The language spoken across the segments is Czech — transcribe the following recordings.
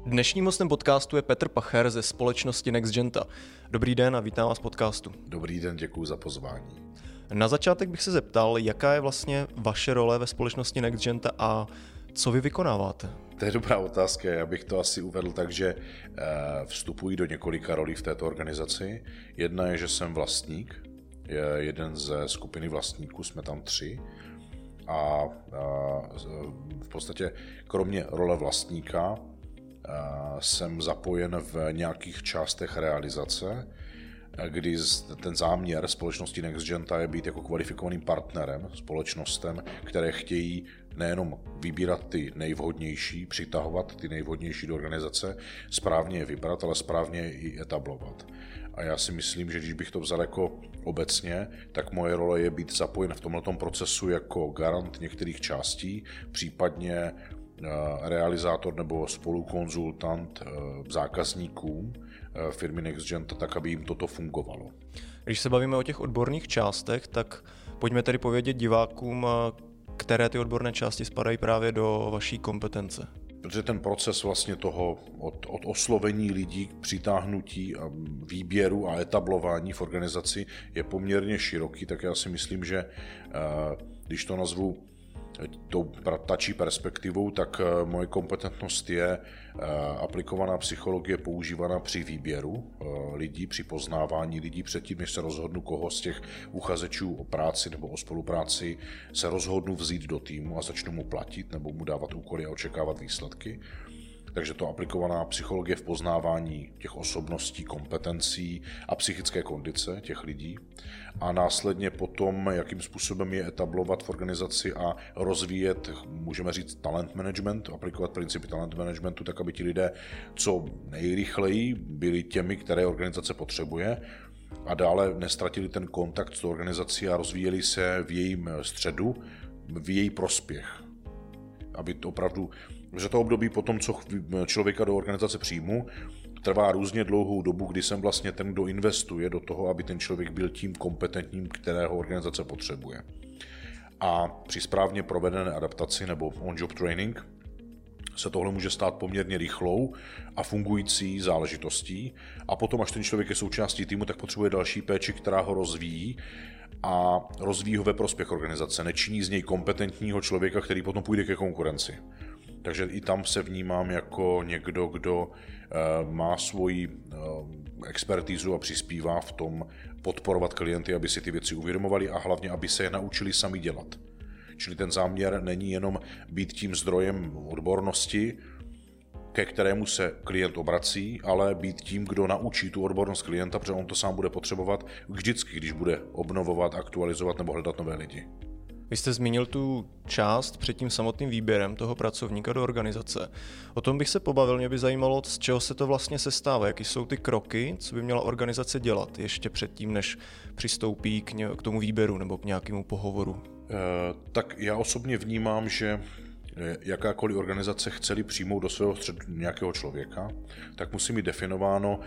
Dnešním hostem podcastu je Petr Pacher ze společnosti NextGenta. Dobrý den a vítám vás v podcastu. Dobrý den, děkuji za pozvání. Na začátek bych se zeptal, jaká je vlastně vaše role ve společnosti NextGenta a co vy vykonáváte? To je dobrá otázka, já bych to asi uvedl tak, že vstupuji do několika rolí v této organizaci. Jedna je, že jsem vlastník, je jeden ze skupiny vlastníků, jsme tam 3. A v podstatě kromě role vlastníka jsem zapojen v nějakých částech realizace, kdy ten záměr společnosti NextGenta je být jako kvalifikovaným partnerem společnostem, které chtějí nejenom vybírat ty nejvhodnější, přitahovat ty nejvhodnější do organizace, správně je vybrat, ale správně je i etablovat. A já si myslím, že když bych to vzal jako obecně, tak moje role je být zapojen v tomto procesu jako garant některých částí, případně realizátor nebo spolukonzultant zákazníkům firmy NextGenta, tak aby jim toto fungovalo. Když se bavíme o těch odborných částech, tak pojďme tedy povědět divákům, které ty odborné části spadají právě do vaší kompetence. Protože ten proces vlastně toho od oslovení lidí k přitáhnutí a výběru a etablování v organizaci je poměrně široký, tak já si myslím, že když to nazvu tou ptačí perspektivou, tak moje kompetentnost je aplikovaná psychologie používaná při výběru lidí, při poznávání lidí předtím, než se rozhodnu, koho z těch uchazečů o práci nebo o spolupráci se rozhodnu vzít do týmu a začnu mu platit nebo mu dávat úkoly a očekávat výsledky. Takže to aplikovaná psychologie v poznávání těch osobností, kompetencí a psychické kondice těch lidí a následně potom, jakým způsobem je etablovat v organizaci a rozvíjet, můžeme říct, talent management, aplikovat principy talent managementu, tak aby ti lidé co nejrychleji byli těmi, které organizace potřebuje a dále nestratili ten kontakt s tou organizací a rozvíjeli se v jejím středu, v její prospěch. Aby to opravdu, že to období po tom, co člověka do organizace přijmu, trvá různě dlouhou dobu, kdy jsem vlastně ten, kdo investuje do toho, aby ten člověk byl tím kompetentním, kterého organizace potřebuje. A při správně provedené adaptaci nebo on-job training se tohle může stát poměrně rychlou a fungující záležitostí. A potom, až ten člověk je součástí týmu, tak potřebuje další péči, která ho rozvíjí a rozvíjí ho ve prospěch organizace. Nečiní z něj kompetentního člověka, který potom půjde ke konkurenci. Takže i tam se vnímám jako někdo, kdo má svoji expertízu a přispívá v tom podporovat klienty, aby si ty věci uvědomovali a hlavně, aby se je naučili sami dělat. Čili ten záměr není jenom být tím zdrojem odbornosti, ke kterému se klient obrací, ale být tím, kdo naučí tu odbornost klienta, protože on to sám bude potřebovat vždycky, když bude obnovovat, aktualizovat nebo hledat nové lidi. Vy jste zmínil tu část před tím samotným výběrem toho pracovníka do organizace. O tom bych se pobavil, mě by zajímalo, z čeho se to vlastně sestává, jaký jsou ty kroky, co by měla organizace dělat ještě předtím, než přistoupí k tomu výběru nebo k nějakému pohovoru. Tak já osobně vnímám, že jakákoliv organizace chce-li přijmout do svého středu nějakého člověka, tak musí mít definováno,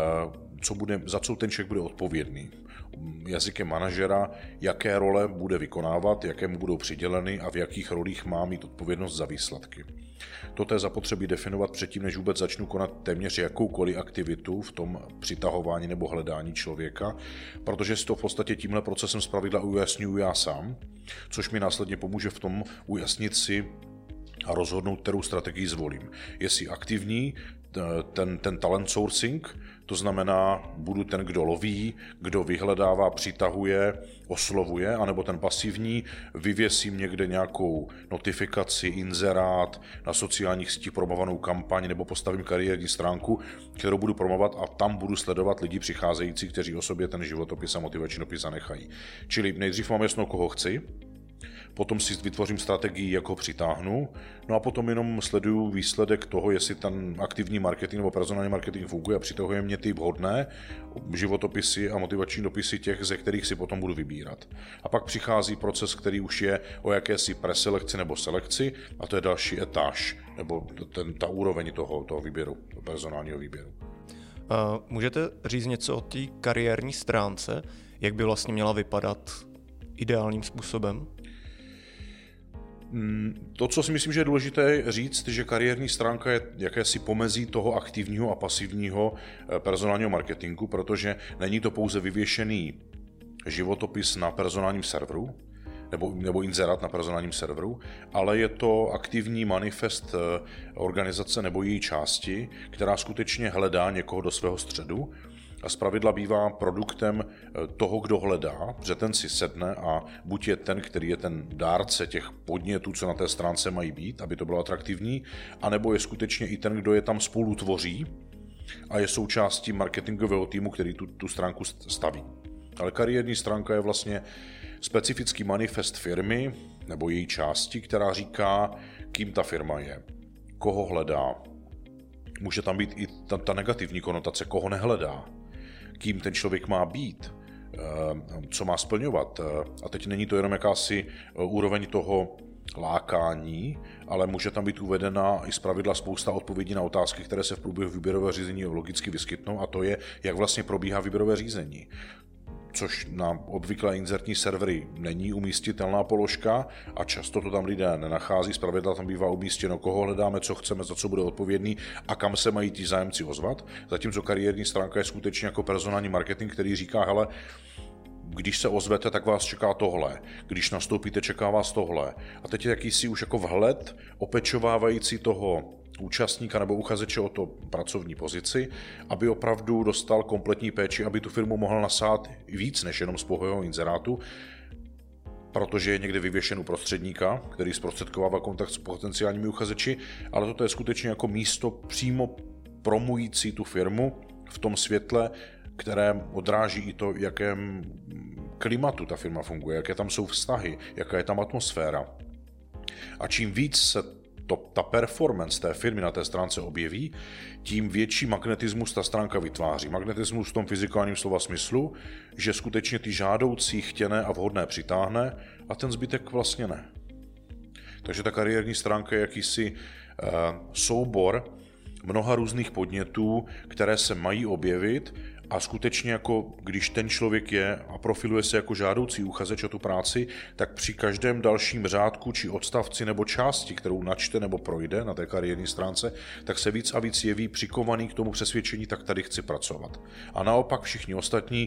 za co ten člověk bude odpovědný. Jazykem manažera, jaké role bude vykonávat, jaké mu budou přiděleny a v jakých rolích má mít odpovědnost za výsledky. Toto je zapotřebí definovat předtím, než vůbec začnu konat téměř jakoukoliv aktivitu v tom přitahování nebo hledání člověka, protože si to v podstatě tímhle procesem zpravidla ujasňuji já sám, což mi následně pomůže v tom ujasnit si a rozhodnout, kterou strategii zvolím. Jestli aktivní, ten talent sourcing, to znamená, budu ten, kdo loví, kdo vyhledává, přitahuje, oslovuje, anebo ten pasivní, vyvěsím někde nějakou notifikaci, inzerát, na sociálních sítích promovanou kampaň, nebo postavím kariérní stránku, kterou budu promovat a tam budu sledovat lidi přicházející, kteří o sobě ten životopis a motivační dopis zanechají. Čili nejdřív mám jasno, koho chci, potom si vytvořím strategii, jak ho přitáhnu, no a potom jenom sleduju výsledek toho, jestli ten aktivní marketing nebo personální marketing funguje a přitahuje mě ty vhodné životopisy a motivační dopisy těch, ze kterých si potom budu vybírat. A pak přichází proces, který už je o jakési preselekci nebo selekci a to je další etáž, nebo ta úroveň toho výběru, personálního výběru. Můžete říct něco o té kariérní stránce, jak by vlastně měla vypadat ideálním způsobem? To, co si myslím, že je důležité říct, že kariérní stránka je jakési pomezí toho aktivního a pasivního personálního marketingu, protože není to pouze vyvěšený životopis na personálním serveru, nebo inzerát na personálním serveru, ale je to aktivní manifest organizace nebo její části, která skutečně hledá někoho do svého středu a zpravidla bývá produktem toho, kdo hledá, že ten si sedne a buď je ten, který je ten dárce těch podnětů, co na té stránce mají být, aby to bylo atraktivní, anebo je skutečně i ten, kdo je tam spolu tvoří a je součástí marketingového týmu, který tu stránku staví. Ale kariérní stránka je vlastně specifický manifest firmy nebo její části, která říká, kým ta firma je, koho hledá. Může tam být i ta negativní konotace, koho nehledá, kým ten člověk má být, co má splňovat. A teď není to jenom jakási úroveň toho lákání, ale může tam být uvedena i zpravidla spousta odpovědí na otázky, které se v průběhu výběrového řízení logicky vyskytnou, a to je, jak vlastně probíhá výběrové řízení. Což na obvyklé inzertní servery není umístitelná položka a často to tam lidé nenachází. Zpravidla tam bývá umístěno, koho hledáme, co chceme, za co bude odpovědný a kam se mají ti zájemci ozvat. Zatímco kariérní stránka je skutečně jako personální marketing, který říká, hele, když se ozvete, tak vás čeká tohle. Když nastoupíte, čeká vás tohle. A teď je jakýsi už jako vhled opečovávající toho účastníka nebo uchazeče o to pracovní pozici, aby opravdu dostal kompletní péči, aby tu firmu mohl nasát víc než jenom z pouhého inzerátu, protože je někde vyvěšen u prostředníka, který zprostředkovává kontakt s potenciálními uchazeči, ale toto je skutečně jako místo přímo promující tu firmu v tom světle, které odráží i to, jakém klimatu ta firma funguje, jaké tam jsou vztahy, jaká je tam atmosféra. A čím víc se ta performance té firmy na té stránce objeví, tím větší magnetismus ta stránka vytváří. Magnetismus v tom fyzikálním slova smyslu, že skutečně ty žádoucí, chtěné a vhodné přitáhne a ten zbytek vlastně ne. Takže ta kariérní stránka je jakýsi soubor mnoha různých podnětů, které se mají objevit a skutečně jako když ten člověk je a profiluje se jako žádoucí uchazeč o tu práci, tak při každém dalším řádku či odstavci nebo části, kterou načte nebo projde na té kariérní stránce, tak se víc a víc jeví přikovaný k tomu přesvědčení, tak tady chci pracovat. A naopak všichni ostatní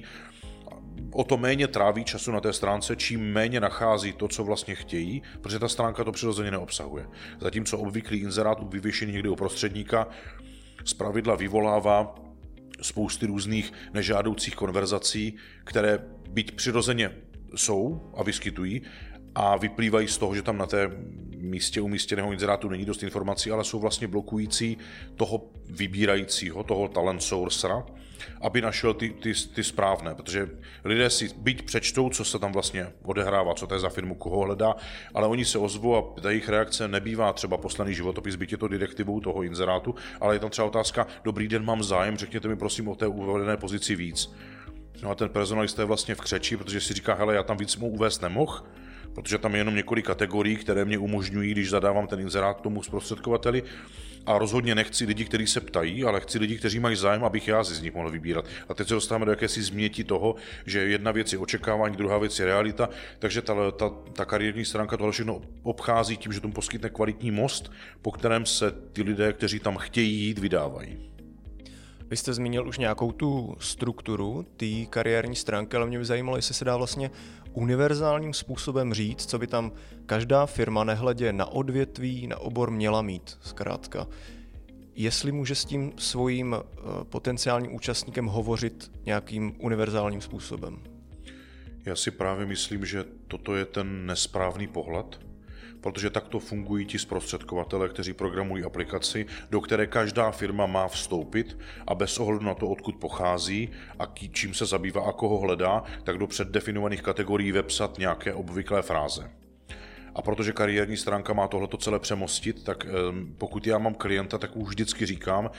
o to méně tráví času na té stránce, čím méně nachází to, co vlastně chtějí, protože ta stránka to přirozeně neobsahuje. Zatímco obvyklý inzerát vyvěšený někde u prostředníka zpravidla vyvolává spousty různých nežádoucích konverzací, které byť přirozeně jsou a vyskytují a vyplývají z toho, že tam na té místě umístěného inzerátu není dost informací, ale jsou vlastně blokující toho vybírajícího, toho talent sourcera, aby našel ty správné, protože lidé si byť přečtou, co se tam vlastně odehrává, co to je za firmu, koho hledá, ale oni se ozvou a ta jejich reakce nebývá třeba poslaný životopis, byť je to direktivou toho inzerátu, ale je tam třeba otázka, dobrý den, mám zájem, řekněte mi prosím o té uvedené pozici víc. No a ten personalista je vlastně v křeči, protože si říká, hele, já tam víc mu uvést nemohl, protože tam je jenom několik kategorií, které mě umožňují, když zadávám ten inzerát tomu zprostředkovateli. A rozhodně nechci lidi, kteří se ptají, ale chci lidi, kteří mají zájem, abych já si z nich mohl vybírat. A teď se dostáváme do jakési změti toho, že jedna věc je očekávání, druhá věc je realita, takže ta kariérní stránka tohle všechno obchází tím, že tomu poskytne kvalitní most, po kterém se ty lidé, kteří tam chtějí jít, vydávají. Vy jste zmínil už nějakou tu strukturu té kariérní stránky, ale mě by zajímalo, jestli se dá vlastně univerzálním způsobem říct, co by tam každá firma nehledě na odvětví, na obor měla mít, zkrátka. Jestli může s tím svým potenciálním účastníkem hovořit nějakým univerzálním způsobem. Já si právě myslím, že toto je ten nesprávný pohled, protože takto fungují ti zprostředkovatele, kteří programují aplikaci, do které každá firma má vstoupit a bez ohledu na to, odkud pochází a čím se zabývá a koho hledá, tak do předdefinovaných kategorií vepsat nějaké obvyklé fráze. A protože kariérní stránka má tohleto celé přemostit, tak pokud já mám klienta, tak už vždycky říkám,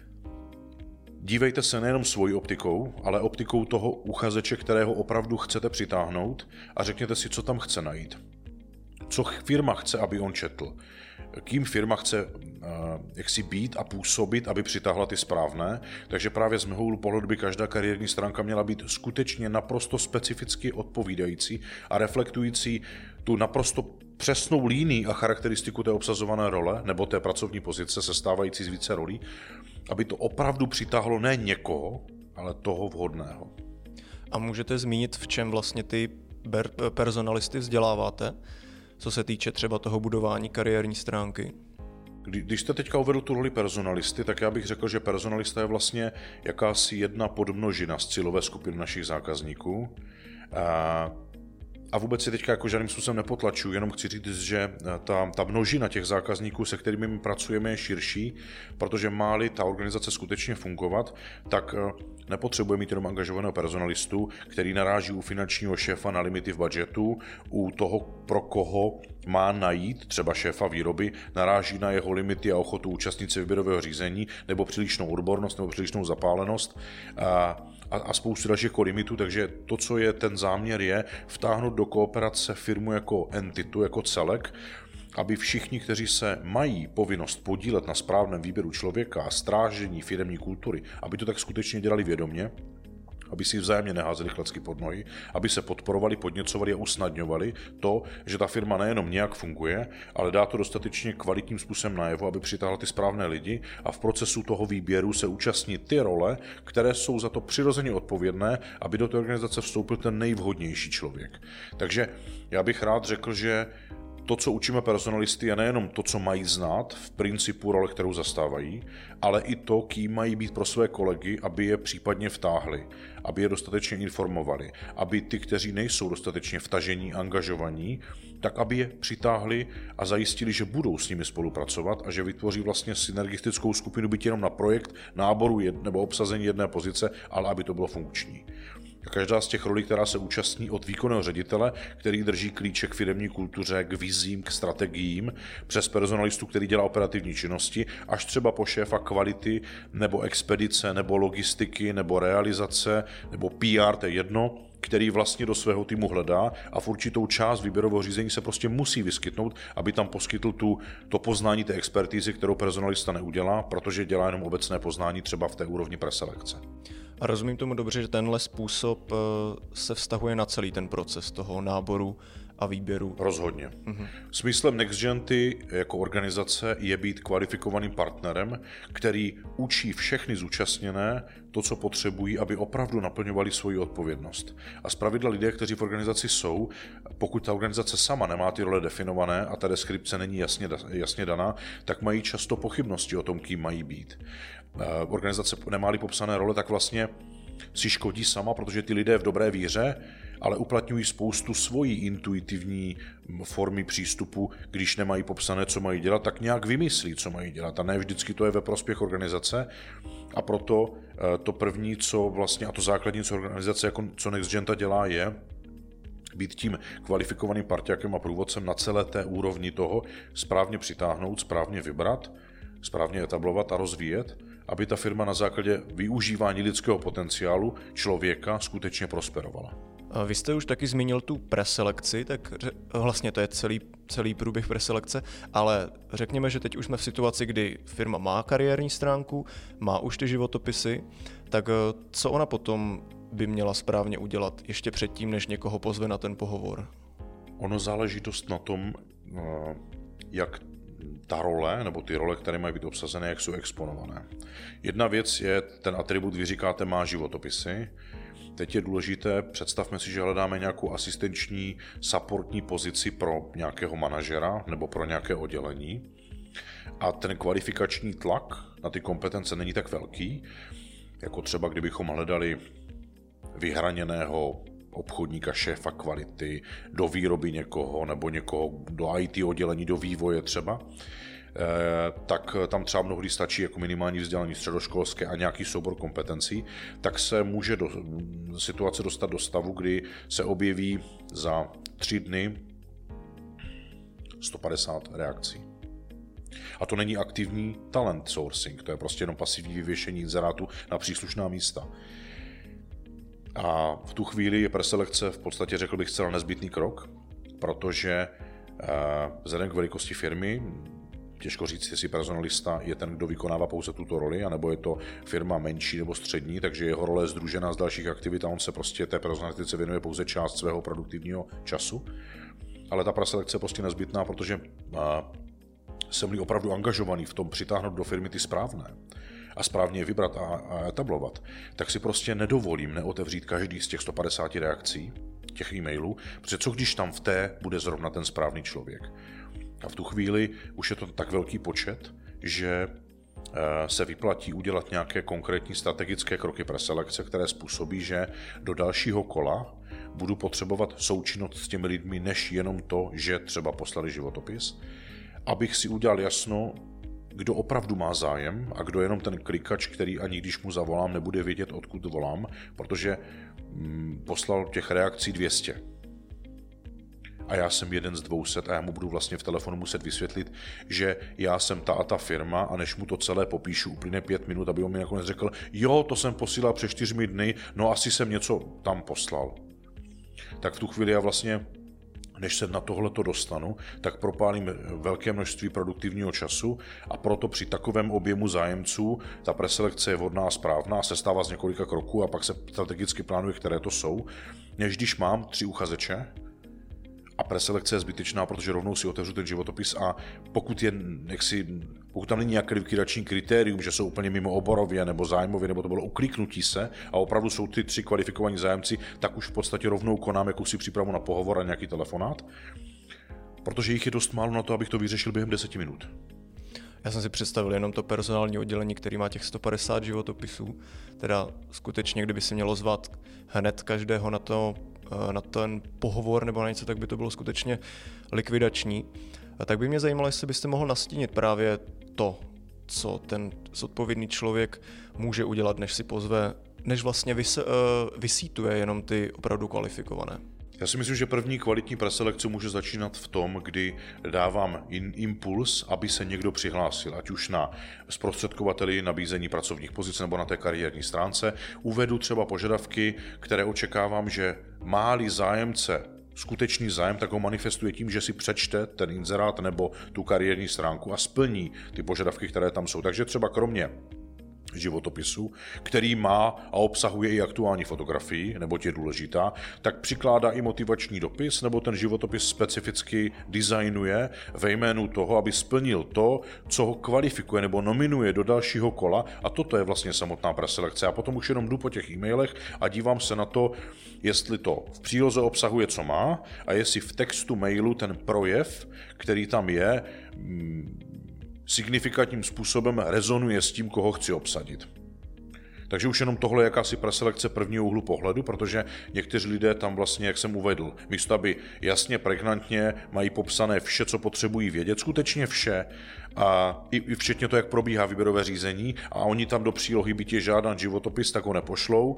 dívejte se nejenom svojí optikou, ale optikou toho uchazeče, kterého opravdu chcete přitáhnout a řekněte si, co tam chce najít. co firma chce, aby on četl. Kým firma chce jaksi být a působit, aby přitáhla ty správné. Takže právě z mého úhlu pohledu by každá kariérní stránka měla být skutečně naprosto specificky odpovídající a reflektující tu naprosto přesnou línii a charakteristiku té obsazované role nebo té pracovní pozice sestávající z více rolí, aby to opravdu přitáhlo ne někoho, ale toho vhodného. A můžete zmínit, v čem vlastně ty personalisty vzděláváte, co se týče třeba toho budování kariérní stránky? Když jste teďka uvedl tu roli personalisty, tak já bych řekl, že personalista je vlastně jakási jedna podmnožina z cílové skupiny našich zákazníků. A vůbec si teďka jako žádným způsobem nepotlačuju, jenom chci říct, že ta množina těch zákazníků, se kterými my pracujeme, je širší, protože má-li ta organizace skutečně fungovat, tak nepotřebuje mít jenom angažovaného personalistu, který naráží u finančního šéfa na limity v budžetu, u toho, pro koho má najít, třeba šéfa výroby, naráží na jeho limity a ochotu účastnit se výběrového řízení, nebo přílišnou odbornost, nebo přílišnou zapálenost a spoustu dalších limitů, takže to, co je ten záměr, je vtáhnout do kooperace firmu jako entitu, jako celek, aby všichni, kteří se mají povinnost podílet na správném výběru člověka a strážení firemní kultury, aby to tak skutečně dělali vědomě, aby si vzájemně neházeli klacky pod nohy, aby se podporovali, podněcovali a usnadňovali to, že ta firma nejenom nějak funguje, ale dá to dostatečně kvalitním způsobem najevo, aby přitáhla ty správné lidi a v procesu toho výběru se účastní ty role, které jsou za to přirozeně odpovědné, aby do té organizace vstoupil ten nejvhodnější člověk. Takže já bych rád řekl, že to, co učíme personalisty, je nejenom to, co mají znát v principu role, kterou zastávají, ale i to, kým mají být pro své kolegy, aby je případně vtáhli, aby je dostatečně informovali, aby ty, kteří nejsou dostatečně vtažení, angažovaní, tak aby je přitáhli a zajistili, že budou s nimi spolupracovat a že vytvoří vlastně synergistickou skupinu, byť jenom na projekt náboru nebo obsazení jedné pozice, ale aby to bylo funkční. A každá z těch rolí, která se účastní od výkonného ředitele, který drží klíče k firemní kultuře, k vizím, k strategiím, přes personalistu, který dělá operativní činnosti, až třeba po šéfa kvality, nebo expedice, nebo logistiky, nebo realizace, nebo PR, to je jedno, který vlastně do svého týmu hledá a v určitou část výběrového řízení se prostě musí vyskytnout, aby tam poskytl to poznání té expertízy, kterou personalista neudělá, protože dělá jenom obecné poznání třeba v té úrovni preselekce. A rozumím tomu dobře, že tenhle způsob se vztahuje na celý ten proces toho náboru a výběru? Rozhodně. Smyslem NextGenty jako organizace je být kvalifikovaným partnerem, který učí všechny zúčastněné to, co potřebují, aby opravdu naplňovali svoji odpovědnost. A zpravidla lidé, kteří v organizaci jsou, pokud ta organizace sama nemá ty role definované a ta deskripce není jasně daná, tak mají často pochybnosti o tom, kým mají být. Organizace nemá-li popsané role, tak vlastně si škodí sama, protože ty lidé v dobré víře, ale uplatňují spoustu svojí intuitivní formy přístupu, když nemají popsané, co mají dělat, tak nějak vymyslí, co mají dělat. A ne vždycky to je ve prospěch organizace. A proto to první, co vlastně, a to základní, co organizace, jako co NextGenta dělá, je být tím kvalifikovaným parťákem a průvodcem na celé té úrovni toho, správně přitáhnout, správně vybrat, správně etablovat a rozvíjet, aby ta firma na základě využívání lidského potenciálu člověka skutečně prosperovala. Vy jste už taky zmínil tu preselekci, tak vlastně to je celý průběh preselekce, ale řekněme, že teď už jsme v situaci, kdy firma má kariérní stránku, má už ty životopisy, tak co ona potom by měla správně udělat ještě předtím, než někoho pozve na ten pohovor? Ono záleží dost na tom, jak ta role, nebo ty role, které mají být obsazené, jak jsou exponované. Jedna věc je ten atribut, vy říkáte, má životopisy. Teď je důležité, představme si, že hledáme nějakou asistenční, supportní pozici pro nějakého manažera nebo pro nějaké oddělení a ten kvalifikační tlak na ty kompetence není tak velký, jako třeba kdybychom hledali vyhraněného obchodníka, šéfa kvality, do výroby někoho nebo někoho do IT oddělení, do vývoje třeba, tak tam třeba mnohdy stačí jako minimální vzdělání středoškolské a nějaký soubor kompetencí, tak se může situace dostat do stavu, kdy se objeví za 3 dny 150 reakcí. A to není aktivní talent sourcing, to je prostě jenom pasivní vyvěšení inzerátu na příslušná místa. A v tu chvíli je preselekce v podstatě, řekl bych, zcela nezbytný krok, protože Vzhledem k velikosti firmy, těžko říct, jestli personalista je ten, kdo vykonává pouze tuto roli, anebo je to firma menší nebo střední, takže jeho role je sdružená z dalších aktivit a on se prostě té personalistice věnuje pouze část svého produktivního času. Ale ta preselekce je prostě nezbytná, protože jsem-li opravdu angažovaný v tom přitáhnout do firmy ty správné a správně je vybrat a etablovat, tak si prostě nedovolím neotevřít každý z těch 150 reakcí, těch e-mailů, protože co když tam v té bude zrovna ten správný člověk. A v tu chvíli už je to tak velký počet, že se vyplatí udělat nějaké konkrétní strategické kroky preselekce, které způsobí, že do dalšího kola budu potřebovat součinnost s těmi lidmi, než jenom to, že třeba poslali životopis, abych si udělal jasno, kdo opravdu má zájem a kdo jenom ten klikač, který ani když mu zavolám, nebude vědět, odkud volám, protože poslal těch reakcí 200. A já jsem jeden z 200 a já mu budu vlastně v telefonu muset vysvětlit, že já jsem ta a ta firma a než mu to celé popíšu, uplyne 5 minut, aby on mi nakonec řekl, jo, to jsem posílal před 4 dny, no asi jsem něco tam poslal. Tak v tu chvíli já vlastně, než se na tohleto dostanu, tak propálím velké množství produktivního času a proto při takovém objemu zájemců ta preselekce je vhodná a správná, se stává z několika kroků a pak se strategicky plánuje, které to jsou, než když mám 3 uchazeče, a preselekce je zbytečná, protože rovnou si otevřu ten životopis a pokud tam není nějaké likvidační kritérium, že jsou úplně mimo oborově nebo zájmově, nebo to bylo ukliknutí se a opravdu jsou ty 3 kvalifikovaní zájemci, tak už v podstatě rovnou konám jakousi přípravu na pohovor a nějaký telefonát, protože jich je dost málo na to, abych to vyřešil během 10 minut. Já jsem si představil jenom to personální oddělení, který má těch 150 životopisů, teda skutečně, kdyby si mělo zvat hned každého na ten pohovor nebo na něco, tak by to bylo skutečně likvidační. A tak by mě zajímalo, jestli byste mohl nastínit právě to, co ten zodpovědný člověk může udělat, než si pozve, než vlastně vysítuje jenom ty opravdu kvalifikované. Já si myslím, že první kvalitní preselekce může začínat v tom, kdy dávám impuls, aby se někdo přihlásil, ať už na zprostředkovateli nabízení pracovních pozic nebo na té kariérní stránce. Uvedu třeba požadavky, které očekávám, že má-li zájemce skutečný zájem, tak ho manifestuje tím, že si přečte ten inzerát nebo tu kariérní stránku a splní ty požadavky, které tam jsou. Takže třeba kromě životopisu, který má a obsahuje i aktuální fotografii, nebo je důležitá, tak přikládá i motivační dopis, nebo ten životopis specificky designuje ve jménu toho, aby splnil to, co ho kvalifikuje nebo nominuje do dalšího kola, a toto je vlastně samotná preselekce. A potom už jenom jdu po těch e-mailech a dívám se na to, jestli to v příloze obsahuje, co má, a jestli v textu mailu ten projev, který tam je, signifikantním způsobem rezonuje s tím, koho chci obsadit. Takže už jenom tohle je jakási preselekce prvního úhlu pohledu, protože někteří lidé tam vlastně, jak jsem uvedl, místo aby jasně, pregnantně mají popsané vše, co potřebují vědět, skutečně vše, a i včetně to, jak probíhá výběrové řízení, a oni tam do přílohy, byť je žádán životopis, tak ho nepošlou.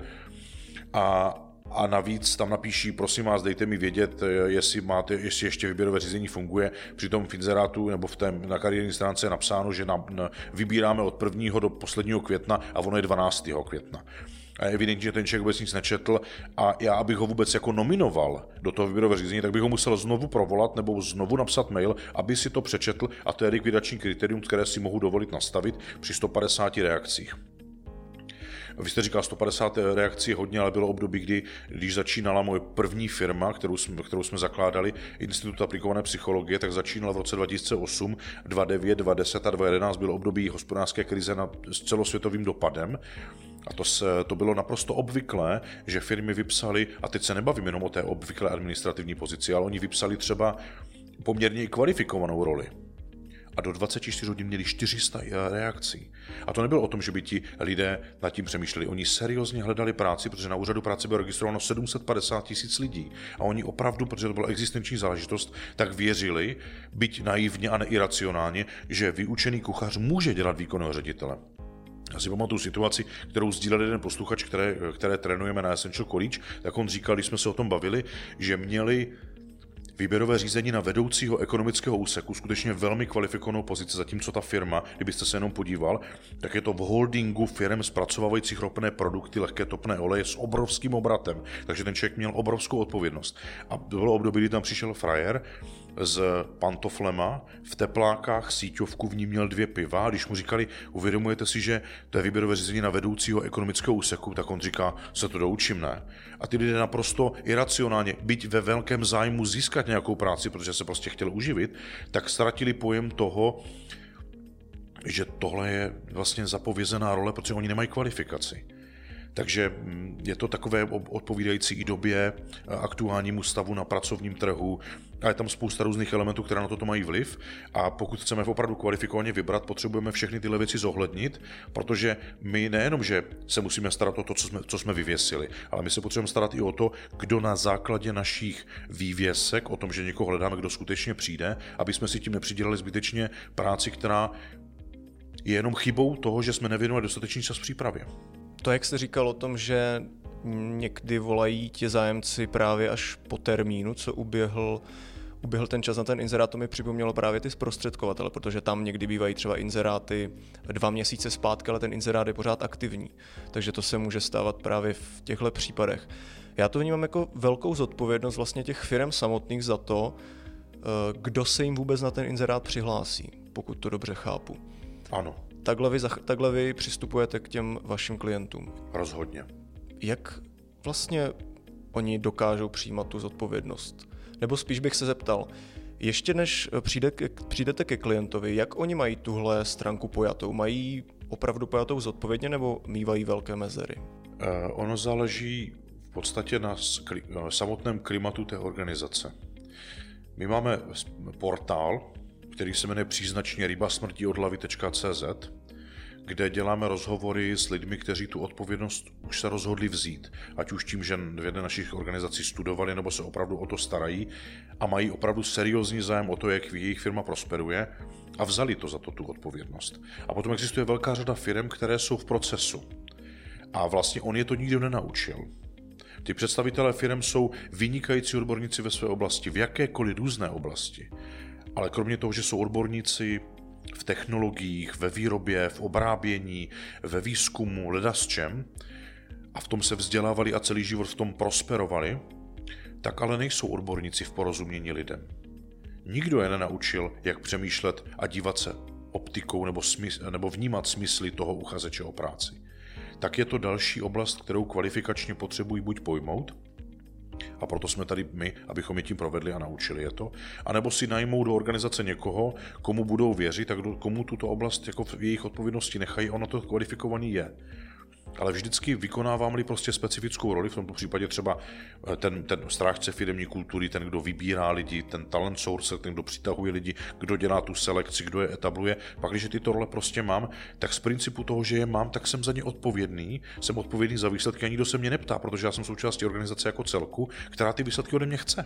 A navíc tam napíší, prosím vás, dejte mi vědět, jestli ještě výběrové řízení funguje. Přitom v inzerátu nebo na kariérní stránce je napsáno, že vybíráme od 1. do posledního května a ono je 12. května. A evidentně, že ten člověk vůbec nic nečetl a já, abych ho vůbec jako nominoval do toho výběrového řízení, tak bych ho musel znovu provolat nebo znovu napsat mail, aby si to přečetl, a to je likvidační kritérium, které si mohu dovolit nastavit při 150 reakcích. Vy jste říkal 150 reakcí hodně, ale bylo období, když začínala moje první firma, kterou jsme zakládali, Institut aplikované psychologie, tak začínala v roce 2008, 2009, 2010 a 2011 bylo období hospodářské krize s celosvětovým dopadem. A to bylo naprosto obvyklé, že firmy vypsaly, a teď se nebavím jenom o té obvyklé administrativní pozici, ale oni vypsali třeba poměrně kvalifikovanou roli. A do 24 hodin měli 400 reakcí. A to nebylo o tom, že by ti lidé nad tím přemýšleli. Oni seriózně hledali práci, protože na úřadu práce bylo registrováno 750 000 lidí. A oni opravdu, protože to byla existenční záležitost, tak věřili, byť naivně a neiracionálně, že vyučený kuchař může dělat výkonného ředitele. Já si pamatuju situaci, kterou sdílel jeden posluchač, které trénujeme na Essential College, tak on říkal, když jsme se o tom bavili, že měli výběrové řízení na vedoucího ekonomického úseku, skutečně velmi kvalifikovanou pozici, zatímco ta firma, kdybyste se jenom podíval, tak je to v holdingu firem zpracovávajících ropné produkty, lehké topné oleje s obrovským obratem. Takže ten člověk měl obrovskou odpovědnost. A bylo období, kdy tam přišel frajer s pantoflema, v teplákách, síťovku, v ní měl 2 piva. Když mu říkali, uvědomujete si, že to je výběrové řízení na vedoucího ekonomického úseku, tak on říká, se to doučím, ne? A ty lidé naprosto iracionálně, byť ve velkém zájmu získat nějakou práci, protože se prostě chtěl uživit, tak ztratili pojem toho, že tohle je vlastně zapovězená role, protože oni nemají kvalifikaci. Takže je to takové odpovídající i době, aktuálnímu stavu na pracovním trhu a je tam spousta různých elementů, které na toto mají vliv a pokud chceme opravdu kvalifikovaně vybrat, potřebujeme všechny tyhle věci zohlednit, protože my nejenom, že se musíme starat o to, co jsme vyvěsili, ale my se potřebujeme starat i o to, kdo na základě našich vývěsek, o tom, že někoho hledáme, kdo skutečně přijde, aby jsme si tím nepřidělali zbytečně práci, která je jenom chybou toho, že jsme nevěnovali dostatečný čas přípravě. To, jak jste říkal o tom, že někdy volají ti zájemci právě až po termínu, co uběhl ten čas na ten inzerát, to mi připomnělo právě ty zprostředkovatele, protože tam někdy bývají třeba inzeráty 2 měsíce zpátky, ale ten inzerát je pořád aktivní. Takže to se může stávat právě v těchto případech. Já to vnímám jako velkou zodpovědnost vlastně těch firem samotných za to, kdo se jim vůbec na ten inzerát přihlásí, pokud to dobře chápu. Ano. Takhle vy přistupujete k těm vašim klientům. Rozhodně. Jak vlastně oni dokážou přijímat tu zodpovědnost? Nebo spíš bych se zeptal, ještě než přijdete ke klientovi, jak oni mají tuhle stránku pojatou? Mají opravdu pojatou zodpovědně nebo mívají velké mezery? Ono záleží v podstatě na samotném klimatu té organizace. My máme portál, který se jmenuje příznačně rybasmrtiodhlavy.cz, kde děláme rozhovory s lidmi, kteří tu odpovědnost už se rozhodli vzít. Ať už tím, že v jedné našich organizací studovali, nebo se opravdu o to starají a mají opravdu seriózní zájem o to, jak jejich firma prosperuje a vzali to za to tu odpovědnost. A potom existuje velká řada firm, které jsou v procesu. A vlastně on je to nikdo nenaučil. Ty představitelé firm jsou vynikající odborníci ve své oblasti, v jakékoliv různé oblasti. Ale kromě toho, že jsou odborníci v technologiích, ve výrobě, v obrábění, ve výzkumu, ledasčem a v tom se vzdělávali a celý život v tom prosperovali, tak ale nejsou odborníci v porozumění lidem. Nikdo je nenaučil, jak přemýšlet a dívat se optikou nebo vnímat smysly toho uchazeče o práci. Tak je to další oblast, kterou kvalifikačně potřebují buď pojmout, a proto jsme tady my, abychom je tím provedli a naučili je to, anebo si najmou do organizace někoho, komu budou věřit a komu tuto oblast jako v jejich odpovědnosti nechají, ono to kvalifikovaný je. Ale vždycky vykonávám-li prostě specifickou roli, v tomto případě třeba ten strážce firemní kultury, ten, kdo vybírá lidi, ten talent sourcer, ten, kdo přitahuje lidi, kdo dělá tu selekci, kdo je etabluje. Pak, když tyto role prostě mám, tak z principu toho, že je mám, tak jsem za ně odpovědný. Jsem odpovědný za výsledky a nikdo se mě neptá, protože já jsem součástí organizace jako celku, která ty výsledky ode mě chce.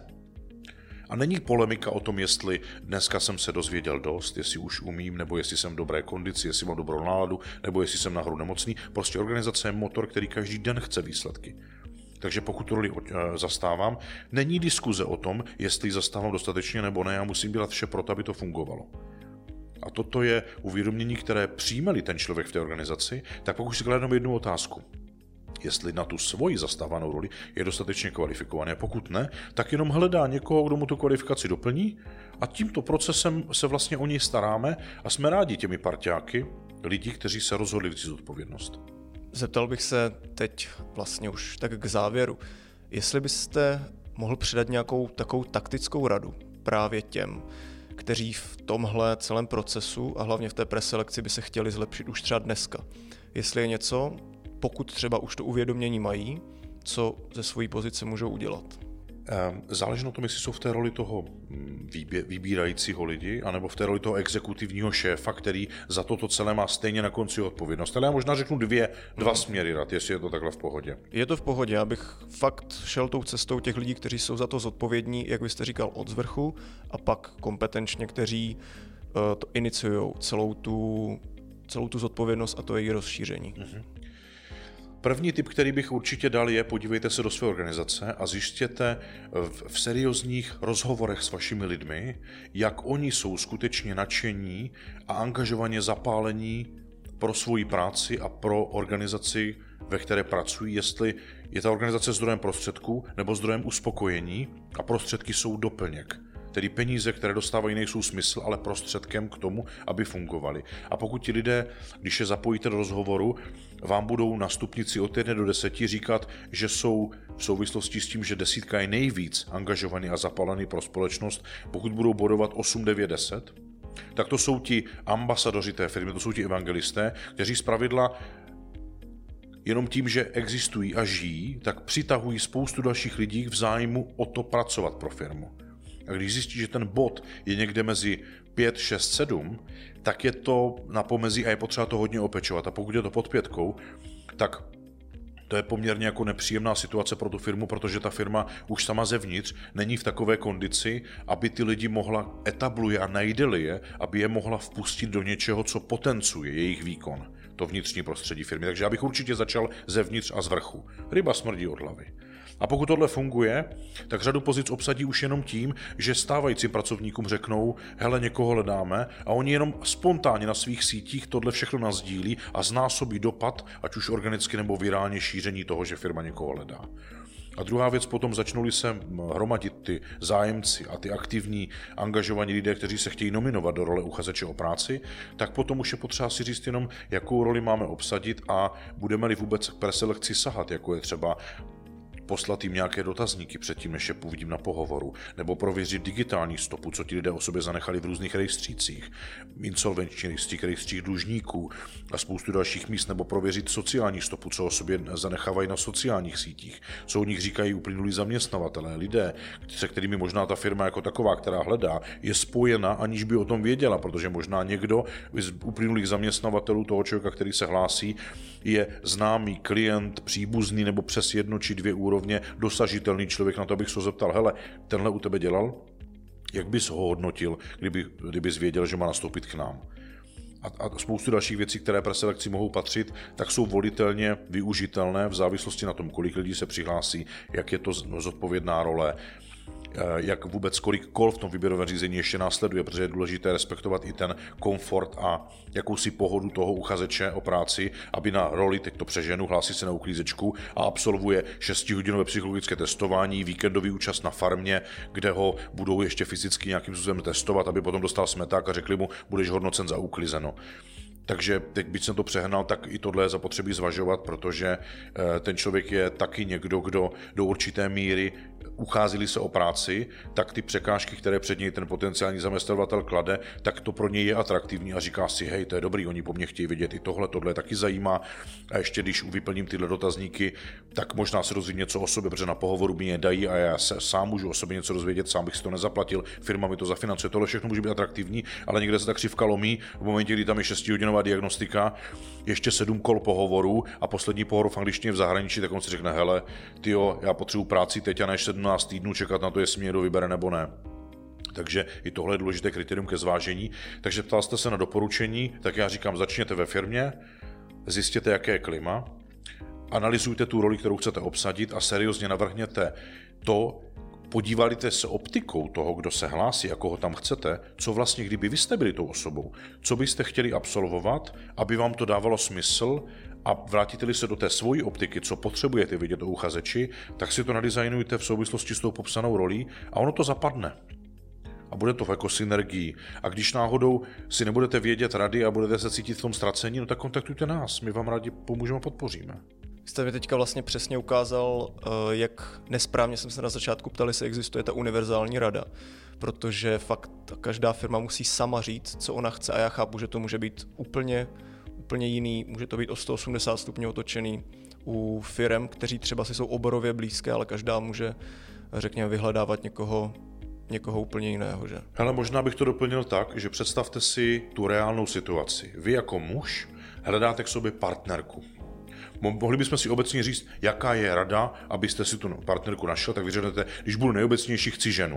A není polemika o tom, jestli dneska jsem se dozvěděl dost, jestli už umím, nebo jestli jsem v dobré kondici, jestli mám dobrou náladu, nebo jestli jsem nahoru nemocný. Prostě organizace je motor, který každý den chce výsledky. Takže pokud tu roli zastávám, není diskuze o tom, jestli ji zastávám dostatečně nebo ne, já musím dělat vše pro to, aby to fungovalo. A toto je uvědomění, které přijme-li ten člověk v té organizaci, tak pokud si klademe jednu otázku. Jestli na tu svoji zastávanou roli je dostatečně kvalifikovaný. A pokud ne, tak jenom hledá někoho, kdo mu tu kvalifikaci doplní a tímto procesem se vlastně o něj staráme a jsme rádi těmi parťáky, lidi, kteří se rozhodli vzít odpovědnost. Zeptal bych se teď vlastně už tak k závěru, jestli byste mohl přidat nějakou takovou taktickou radu právě těm, kteří v tomhle celém procesu a hlavně v té preselekci by se chtěli zlepšit už třeba dneska. Jestli je něco, pokud třeba už to uvědomění mají, co ze své pozice můžou udělat? Záleží na tom, jestli jsou v té roli toho vybírajícího lidi, anebo v té roli toho exekutivního šéfa, který za toto celé má stejně na konci odpovědnost. Ale já možná řeknu dva směry rad, jestli je to takhle v pohodě. Je to v pohodě, abych fakt šel tou cestou těch lidí, kteří jsou za to zodpovědní, jak byste říkal, od zvrchu, a pak kompetenčně, kteří to iniciují celou tu zodpovědnost a to její rozšíření. První tip, který bych určitě dal, je podívejte se do své organizace a zjistěte v seriózních rozhovorech s vašimi lidmi, jak oni jsou skutečně nadšení a angažovaně zapálení pro svoji práci a pro organizaci, ve které pracují, jestli je ta organizace zdrojem prostředků nebo zdrojem uspokojení a prostředky jsou doplněk. Tedy peníze, které dostávají, nejsou smysl, ale prostředkem k tomu, aby fungovaly. A pokud ti lidé, když je zapojíte do rozhovoru, vám budou na stupnici od 1 do 10 říkat, že jsou v souvislosti s tím, že 10 je nejvíc angažovaný a zapalený pro společnost, pokud budou bodovat 8, 9, 10, tak to jsou ti ambasadoři té firmy, to jsou ti evangelisté, kteří zpravidla jenom tím, že existují a žijí, tak přitahují spoustu dalších lidí v zájmu o to pracovat pro firmu. A když zjistí, že ten bod je někde mezi 5, 6, 7, tak je to na pomezí a je potřeba to hodně opečovat. A pokud je to pod 5, tak to je poměrně jako nepříjemná situace pro tu firmu, protože ta firma už sama zevnitř není v takové kondici, aby ty lidi mohla etabluje a najde-li je, aby je mohla vpustit do něčeho, co potencuje jejich výkon, to vnitřní prostředí firmy. Takže já bych určitě začal zevnitř a z vrchu. Ryba smrdí od hlavy. A pokud tohle funguje, tak řadu pozic obsadí už jenom tím, že stávajícím pracovníkům řeknou, hele, někoho hledáme, a oni jenom spontánně na svých sítích tohle všechno nasdílí a znásobí dopad, ať už organicky nebo virálně šíření toho, že firma někoho hledá. A druhá věc, potom začnou se hromadit ty zájemci a ty aktivní, angažovaní lidé, kteří se chtějí nominovat do role uchazeče o práci, tak potom už je potřeba si říct jenom, jakou roli máme obsadit a budeme-li vůbec k preselekci sahat, jako je třeba poslat jim nějaké dotazníky předtím, než je uvidím na pohovoru, nebo prověřit digitální stopu, co ti lidé o sobě zanechali v různých rejstřících, insolvenční rejstřík dlužníků a spoustu dalších míst, nebo prověřit sociální stopu, co o sobě zanechávají na sociálních sítích, co o nich říkají uplynulí zaměstnavatelé, lidé, se kterými možná ta firma jako taková, která hledá, je spojena, aniž by o tom věděla, protože možná někdo z uplynulých zaměstnavatelů toho člověka, který se hlásí, je známý klient, příbuzný nebo přes 1 či 2 úrovně dosažitelný člověk, na to abych se zeptal, hele, tenhle u tebe dělal? Jak bys ho hodnotil, kdybys věděl, že má nastoupit k nám? A spoustu dalších věcí, které preselekci mohou patřit, tak jsou volitelně využitelné v závislosti na tom, kolik lidí se přihlásí, jak je to zodpovědná role, jak vůbec kolik kol v tom výběrovém řízení ještě následuje, protože je důležité respektovat i ten komfort a jakousi pohodu toho uchazeče o práci, aby na roli, teď to přeženu, hlásí se na uklízečku a absolvuje 6hodinové psychologické testování, víkendový účast na farmě, kde ho budou ještě fyzicky nějakým způsobem testovat, aby potom dostal smeták a řekli mu, budeš hodnocen za uklizeno. Takže teď, byť jsem to přehnal, tak i tohle je zapotřebí zvažovat, protože ten člověk je taky někdo, kdo do určité míry uchází se o práci, tak ty překážky, které před něj ten potenciální zaměstnavatel klade, tak to pro něj je atraktivní a říká si, hej, to je dobrý, oni po mně chtějí vědět i tohle taky zajímá. A ještě když vyplním tyhle dotazníky, tak možná se dozvím něco o sobě, protože na pohovoru mi je dají a já se sám můžu o sobě něco dozvědět, sám bych si to nezaplatil, firma mi to zafinancuje, tohle všechno může být atraktivní, ale někde se ta křivka lomí v momentě, kdy tam je 6hodinová diagnostika, ještě 7 kol pohovorů a poslední pohovor v angličtině v zahraničí, tak on si řekne, hele, tyjo, já potřebuji práci teď a než 17 týdnů čekat na to, jestli mě někdo vybere nebo ne. Takže i tohle je důležité kritérium ke zvážení. Takže ptal jste se na doporučení, tak já říkám, začněte ve firmě, zjistěte, jaké je klima, analyzujte tu roli, kterou chcete obsadit a seriózně navrhněte to, podívali-te se optikou toho, kdo se hlásí a koho tam chcete, co vlastně, kdyby vy jste byli tou osobou, co byste chtěli absolvovat, aby vám to dávalo smysl a vrátíte-li se do té svojí optiky, co potřebujete vidět o uchazeči, tak si to nadizajnujte v souvislosti s tou popsanou rolí a ono to zapadne. A bude to jako synergii. A když náhodou si nebudete vědět rady a budete se cítit v tom ztracení, no tak kontaktujte nás, my vám rádi pomůžeme a podpoříme. Jste mi teďka vlastně přesně ukázal, jak nesprávně jsem se na začátku ptal, jestli existuje ta univerzální rada, protože fakt každá firma musí sama říct, co ona chce a já chápu, že to může být úplně jiný, může to být o 180 stupňů otočený u firem, kteří třeba si jsou oborově blízké, ale každá může, řekněme, vyhledávat někoho úplně jiného, že? Hele, možná bych to doplnil tak, že představte si tu reálnou situaci. Vy jako muž hledáte k sobě partnerku. Mohli bychom si obecně říct, jaká je rada, abyste si tu partnerku našel, tak vy řeknete, když budu nejobecnější, chci ženu.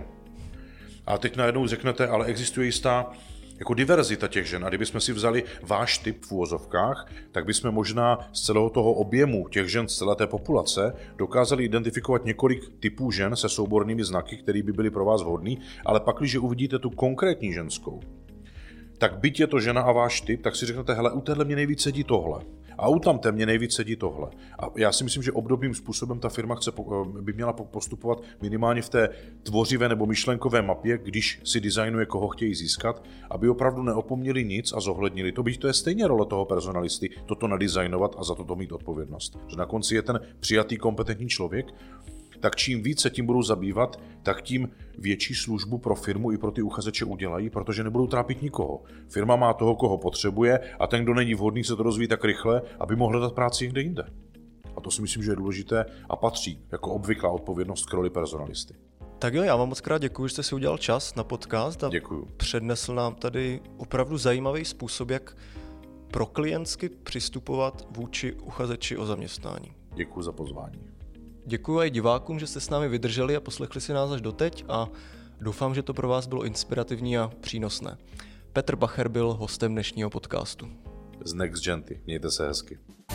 A teď najednou řeknete, ale existuje jistá jako diverzita těch žen. A kdybychom si vzali váš typ v úvozovkách, tak bychom možná z celého toho objemu těch žen z celé té populace dokázali identifikovat několik typů žen se soubornými znaky, které by byly pro vás vhodný, ale pak, když uvidíte tu konkrétní ženskou, tak byť je to žena a váš typ, tak si řeknete, hele, u téhle mě nejvíc sedí tohle. A u tam mě nejvíc sedí tohle. A já si myslím, že obdobným způsobem ta firma by měla postupovat minimálně v té tvořivé nebo myšlenkové mapě, když si designuje, koho chtějí získat, aby opravdu neopomněli nic a zohlednili to, byť to je stejně role toho personalisty, toto nadizajnovat a za to mít odpovědnost. Že na konci je ten přijatý kompetentní člověk, tak čím víc se tím budou zabývat, tak tím větší službu pro firmu i pro ty uchazeče udělají, protože nebudou trápit nikoho. Firma má toho, koho potřebuje a ten, kdo není vhodný, se to rozvíjí tak rychle, aby mohl hledat práci někde jinde. A to si myslím, že je důležité a patří jako obvyklá odpovědnost k roli personalisty. Tak jo, já vám moc krát děkuji, že jste si udělal čas na podcast a přednesl nám tady opravdu zajímavý způsob, jak pro klientsky přistupovat vůči uchazeči o zaměstnání. Děkuji za pozvání. Děkuji i divákům, že jste s námi vydrželi a poslechli si nás až doteď a doufám, že to pro vás bylo inspirativní a přínosné. Petr Bacher byl hostem dnešního podcastu. Z Next Genty. Mějte se hezky.